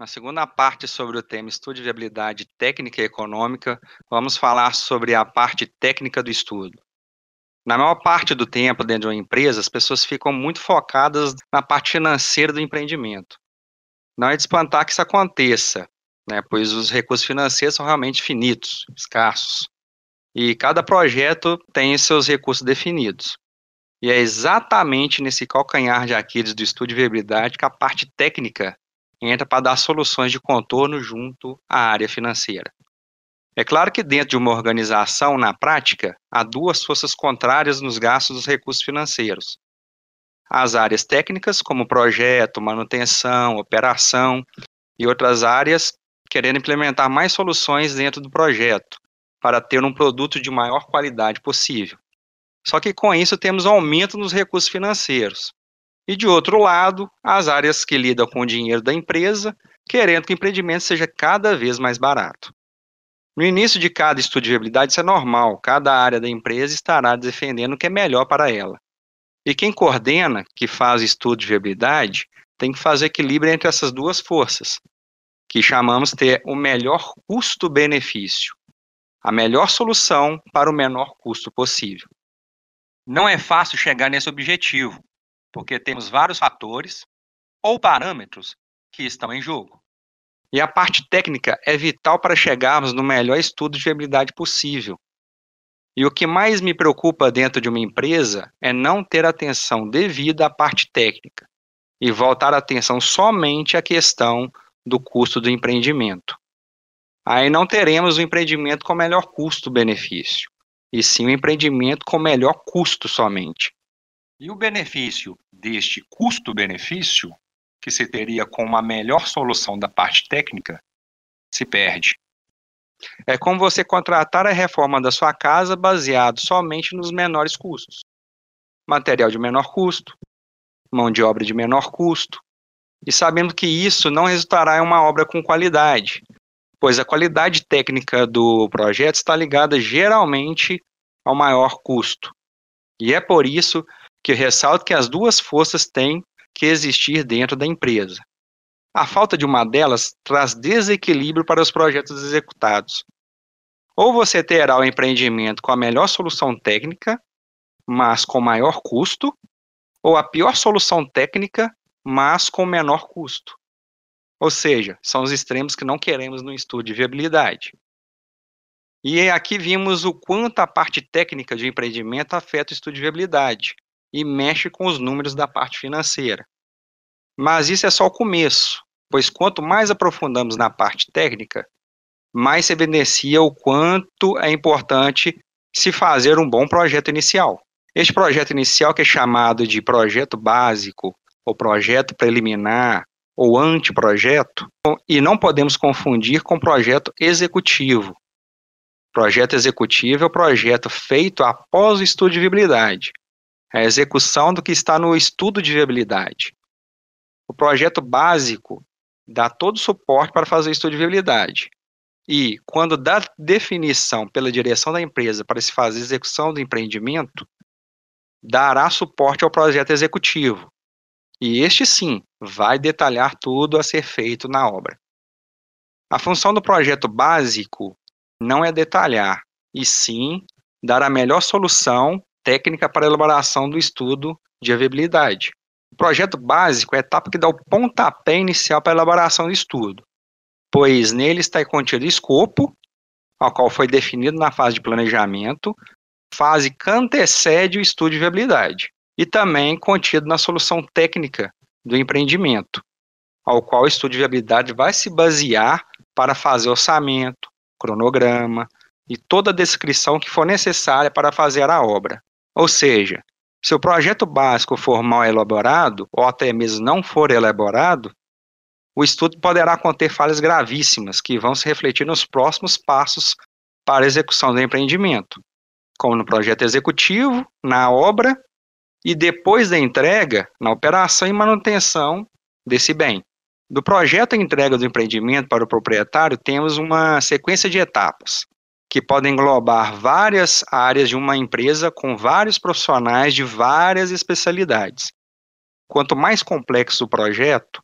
Na segunda parte sobre o tema estudo de viabilidade técnica e econômica, vamos falar sobre a parte técnica do estudo. Na maior parte do tempo, dentro de uma empresa, as pessoas ficam muito focadas na parte financeira do empreendimento. Não é de espantar que isso aconteça, né, pois os recursos financeiros são realmente finitos, escassos, e cada projeto tem seus recursos definidos. E é exatamente nesse calcanhar de Aquiles do estudo de viabilidade que a parte técnica entra para dar soluções de contorno junto à área financeira. É claro que dentro de uma organização, na prática, há duas forças contrárias nos gastos dos recursos financeiros. As áreas técnicas, como projeto, manutenção, operação, e outras áreas querendo implementar mais soluções dentro do projeto, para ter um produto de maior qualidade possível. Só que com isso temos aumento nos recursos financeiros. E de outro lado, as áreas que lidam com o dinheiro da empresa, querendo que o empreendimento seja cada vez mais barato. No início de cada estudo de viabilidade, isso é normal, cada área da empresa estará defendendo o que é melhor para ela. E quem coordena, que faz estudo de viabilidade, tem que fazer equilíbrio entre essas duas forças, que chamamos de ter o melhor custo-benefício, a melhor solução para o menor custo possível. Não é fácil chegar nesse objetivo, porque temos vários fatores ou parâmetros que estão em jogo. E a parte técnica é vital para chegarmos no melhor estudo de viabilidade possível. E o que mais me preocupa dentro de uma empresa é não ter atenção devida à parte técnica e voltar a atenção somente à questão do custo do empreendimento. Aí não teremos o empreendimento com melhor custo-benefício, e sim o empreendimento com melhor custo somente. E o benefício deste custo-benefício, que se teria com uma melhor solução da parte técnica, se perde. É como você contratar a reforma da sua casa baseado somente nos menores custos. Material de menor custo, mão de obra de menor custo, e sabendo que isso não resultará em uma obra com qualidade, pois a qualidade técnica do projeto está ligada geralmente ao maior custo. E é por isso que eu ressalto que as duas forças têm que existir dentro da empresa. A falta de uma delas traz desequilíbrio para os projetos executados. Ou você terá o empreendimento com a melhor solução técnica, mas com maior custo, ou a pior solução técnica, mas com menor custo. Ou seja, são os extremos que não queremos no estudo de viabilidade. E aqui vimos o quanto a parte técnica de empreendimento afeta o estudo de viabilidade e mexe com os números da parte financeira. Mas isso é só o começo, pois quanto mais aprofundamos na parte técnica, mais se evidencia o quanto é importante se fazer um bom projeto inicial. Este projeto inicial, que é chamado de projeto básico, ou projeto preliminar, ou anteprojeto, e não podemos confundir com projeto executivo. Projeto executivo é o projeto feito após o estudo de viabilidade, é a execução do que está no estudo de viabilidade. O projeto básico dá todo o suporte para fazer o estudo de viabilidade. E, quando dá definição pela direção da empresa para se fazer a execução do empreendimento, dará suporte ao projeto executivo. E este, sim, vai detalhar tudo a ser feito na obra. A função do projeto básico não é detalhar, e sim dar a melhor solução técnica para a elaboração do estudo de viabilidade. O projeto básico é a etapa que dá o pontapé inicial para a elaboração do estudo, pois nele está contido o escopo, ao qual foi definido na fase de planejamento, fase que antecede o estudo de viabilidade, e também contido na solução técnica do empreendimento, ao qual o estudo de viabilidade vai se basear para fazer orçamento, cronograma e toda a descrição que for necessária para fazer a obra. Ou seja, se o projeto básico for mal elaborado, ou até mesmo não for elaborado, o estudo poderá conter falhas gravíssimas que vão se refletir nos próximos passos para a execução do empreendimento, como no projeto executivo, na obra e depois da entrega, na operação e manutenção desse bem. Do projeto à entrega do empreendimento para o proprietário, temos uma sequência de etapas, que podem englobar várias áreas de uma empresa com vários profissionais de várias especialidades. Quanto mais complexo o projeto,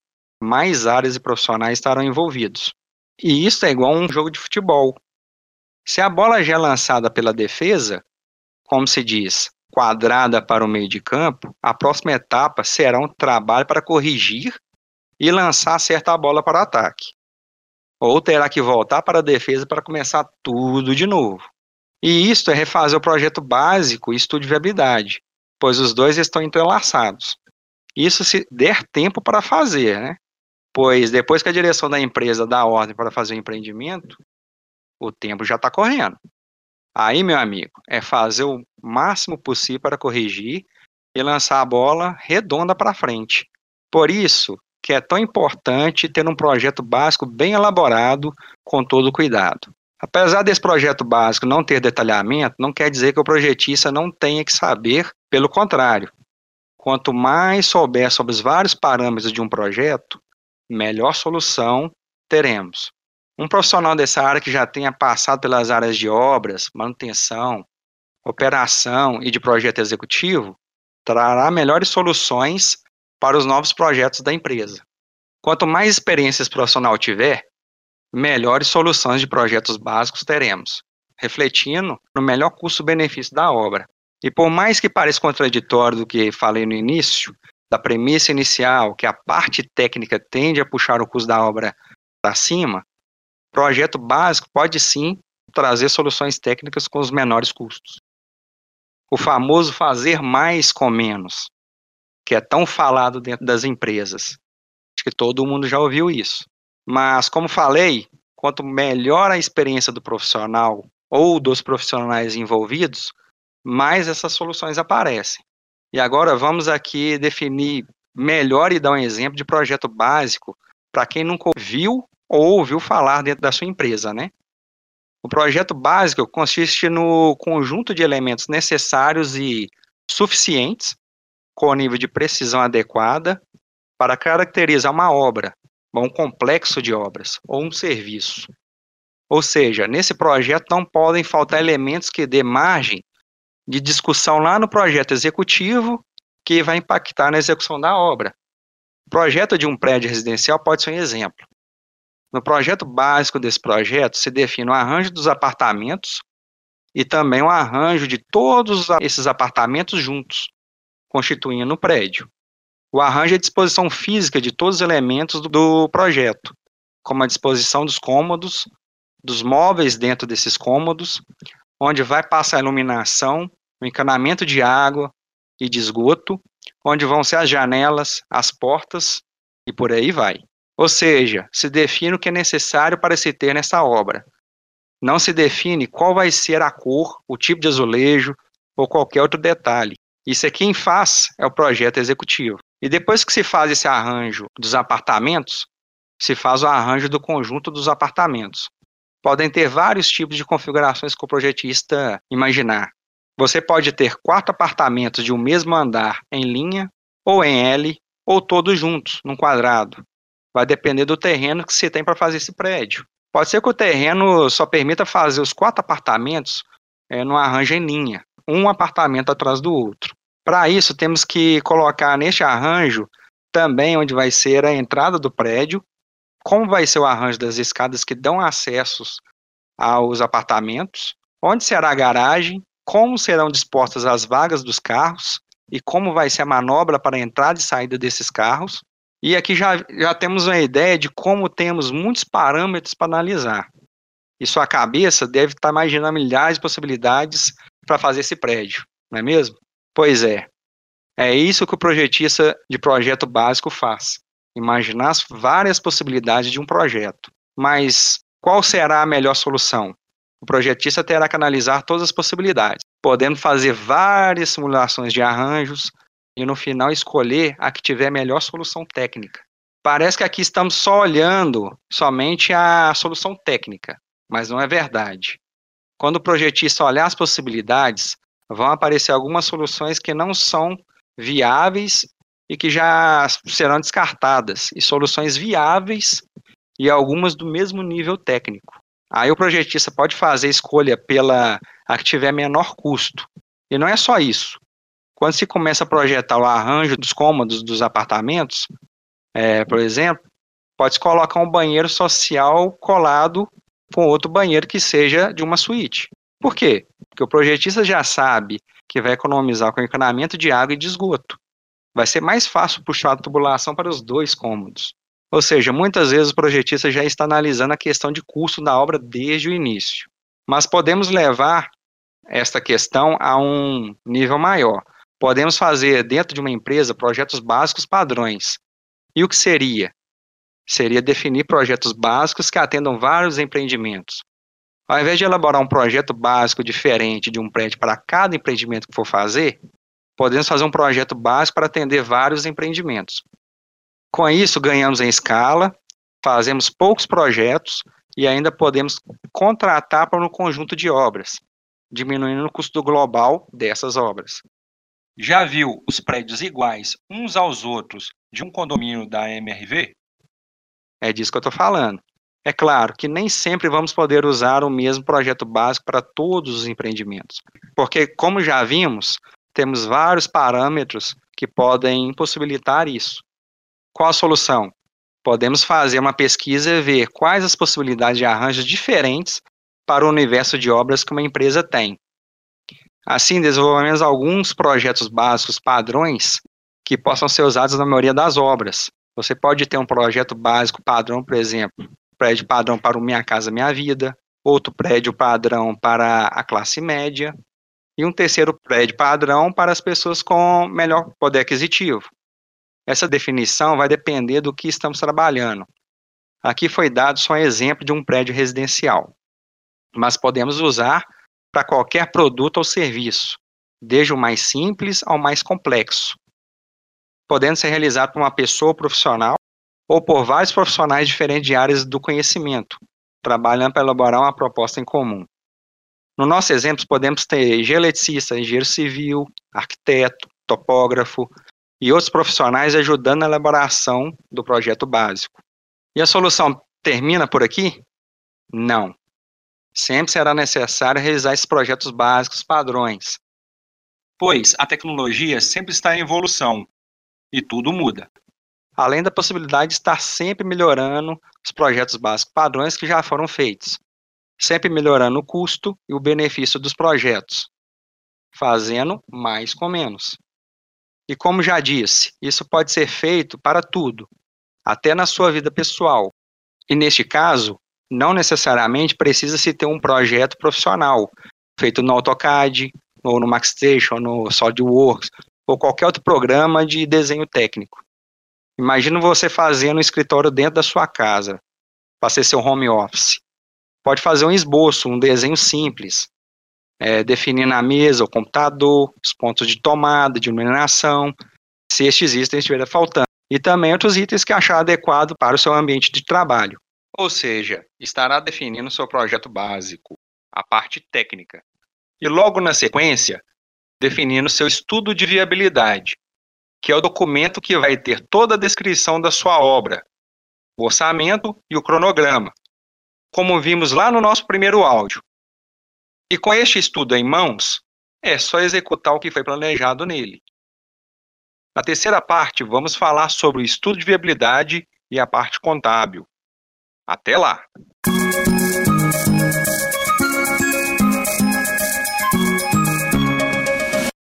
mais áreas e profissionais estarão envolvidos. E isso é igual a um jogo de futebol. Se a bola já é lançada pela defesa, como se diz, quadrada para o meio de campo, a próxima etapa será um trabalho para corrigir e lançar certa bola para o ataque. Ou terá que voltar para a defesa para começar tudo de novo. E isto é refazer o projeto básico e estudo de viabilidade, pois os dois estão entrelaçados. Isso se der tempo para fazer, né? Pois depois que a direção da empresa dá ordem para fazer o empreendimento, o tempo já está correndo. Aí, meu amigo, é fazer o máximo possível para corrigir e lançar a bola redonda para frente. Por isso que é tão importante ter um projeto básico bem elaborado, com todo cuidado. Apesar desse projeto básico não ter detalhamento, não quer dizer que o projetista não tenha que saber, pelo contrário. Quanto mais souber sobre os vários parâmetros de um projeto, melhor solução teremos. Um profissional dessa área que já tenha passado pelas áreas de obras, manutenção, operação e de projeto executivo, trará melhores soluções para os novos projetos da empresa. Quanto mais experiência esse profissional tiver, melhores soluções de projetos básicos teremos, refletindo no melhor custo-benefício da obra. E por mais que pareça contraditório do que falei no início, da premissa inicial, que a parte técnica tende a puxar o custo da obra para cima, projeto básico pode sim trazer soluções técnicas com os menores custos. O famoso fazer mais com menos, que é tão falado dentro das empresas. Acho que todo mundo já ouviu isso. Mas, como falei, quanto melhor a experiência do profissional ou dos profissionais envolvidos, mais essas soluções aparecem. E agora vamos aqui definir melhor e dar um exemplo de projeto básico para quem nunca ouviu ou ouviu falar dentro da sua empresa, né? O projeto básico consiste no conjunto de elementos necessários e suficientes, com o nível de precisão adequada, para caracterizar uma obra, um complexo de obras, ou um serviço. Ou seja, nesse projeto não podem faltar elementos que dê margem de discussão lá no projeto executivo, que vai impactar na execução da obra. O projeto de um prédio residencial pode ser um exemplo. No projeto básico desse projeto, se define o arranjo dos apartamentos e também o arranjo de todos esses apartamentos juntos, constituindo o prédio. O arranjo é a disposição física de todos os elementos do projeto, como a disposição dos cômodos, dos móveis dentro desses cômodos, onde vai passar a iluminação, o encanamento de água e de esgoto, onde vão ser as janelas, as portas e por aí vai. Ou seja, se define o que é necessário para se ter nessa obra. Não se define qual vai ser a cor, o tipo de azulejo ou qualquer outro detalhe. Isso é quem faz é o projeto executivo. E depois que se faz esse arranjo dos apartamentos, se faz o arranjo do conjunto dos apartamentos. Podem ter vários tipos de configurações que o projetista imaginar. Você pode ter 4 apartamentos de um mesmo andar em linha, ou em L, ou todos juntos, num quadrado. Vai depender do terreno que você tem para fazer esse prédio. Pode ser que o terreno só permita fazer os 4 apartamentos no arranjo em linha, um apartamento atrás do outro. Para isso, temos que colocar neste arranjo também onde vai ser a entrada do prédio, como vai ser o arranjo das escadas que dão acessos aos apartamentos, onde será a garagem, como serão dispostas as vagas dos carros e como vai ser a manobra para a entrada e saída desses carros. E aqui já temos uma ideia de como temos muitos parâmetros para analisar. E sua cabeça deve estar imaginando milhares de possibilidades para fazer esse prédio, não é mesmo? Pois é. É isso que o projetista de projeto básico faz. Imaginar as várias possibilidades de um projeto. Mas qual será a melhor solução? O projetista terá que analisar todas as possibilidades, podendo fazer várias simulações de arranjos e no final escolher a que tiver a melhor solução técnica. Parece que aqui estamos só olhando somente a solução técnica, mas não é verdade. Quando o projetista olhar as possibilidades, vão aparecer algumas soluções que não são viáveis e que já serão descartadas, e soluções viáveis e algumas do mesmo nível técnico. Aí o projetista pode fazer escolha pela a que tiver menor custo. E não é só isso. Quando se começa a projetar o arranjo dos cômodos dos apartamentos, por exemplo, pode-se colocar um banheiro social colado com outro banheiro que seja de uma suíte. Por quê? Porque o projetista já sabe que vai economizar com o encanamento de água e de esgoto. Vai ser mais fácil puxar a tubulação para os dois cômodos. Ou seja, muitas vezes o projetista já está analisando a questão de custo da obra desde o início. Mas podemos levar esta questão a um nível maior. Podemos fazer dentro de uma empresa projetos básicos padrões. E o que seria? Seria definir projetos básicos que atendam vários empreendimentos. Ao invés de elaborar um projeto básico diferente de um prédio para cada empreendimento que for fazer, podemos fazer um projeto básico para atender vários empreendimentos. Com isso, ganhamos em escala, fazemos poucos projetos e ainda podemos contratar para um conjunto de obras, diminuindo o custo global dessas obras. Já viu os prédios iguais uns aos outros de um condomínio da MRV? É disso que eu estou falando. É claro que nem sempre vamos poder usar o mesmo projeto básico para todos os empreendimentos, porque, como já vimos, temos vários parâmetros que podem impossibilitar isso. Qual a solução? Podemos fazer uma pesquisa e ver quais as possibilidades de arranjos diferentes para o universo de obras que uma empresa tem. Assim, desenvolvemos alguns projetos básicos padrões que possam ser usados na maioria das obras. Você pode ter um projeto básico padrão, por exemplo, prédio padrão para o Minha Casa Minha Vida, outro prédio padrão para a classe média e um terceiro prédio padrão para as pessoas com melhor poder aquisitivo. Essa definição vai depender do que estamos trabalhando. Aqui foi dado só um exemplo de um prédio residencial, mas podemos usar para qualquer produto ou serviço, desde o mais simples ao mais complexo, podendo ser realizado por uma pessoa profissional ou por vários profissionais diferentes de áreas do conhecimento, trabalhando para elaborar uma proposta em comum. No nosso exemplo, podemos ter geoeletricista, engenheiro civil, arquiteto, topógrafo e outros profissionais ajudando na elaboração do projeto básico. E a solução termina por aqui? Não. Sempre será necessário realizar esses projetos básicos padrões, pois a tecnologia sempre está em evolução e tudo muda. Além da possibilidade de estar sempre melhorando os projetos básicos padrões que já foram feitos, sempre melhorando o custo e o benefício dos projetos, fazendo mais com menos. E como já disse, isso pode ser feito para tudo, até na sua vida pessoal. E neste caso, não necessariamente precisa-se ter um projeto profissional, feito no AutoCAD, ou no Maxstation, no SolidWorks, ou qualquer outro programa de desenho técnico. Imagina você fazendo um escritório dentro da sua casa, para ser seu home office. Pode fazer um esboço, um desenho simples, definindo a mesa, o computador, os pontos de tomada, de iluminação, se estes itens estiverem faltando. E também outros itens que achar adequado para o seu ambiente de trabalho. Ou seja, estará definindo seu projeto básico, a parte técnica. E logo na sequência, definindo seu estudo de viabilidade, que é o documento que vai ter toda a descrição da sua obra, o orçamento e o cronograma, como vimos lá no nosso primeiro áudio. E com este estudo em mãos, é só executar o que foi planejado nele. Na terceira parte, vamos falar sobre o estudo de viabilidade e a parte contábil. Até lá!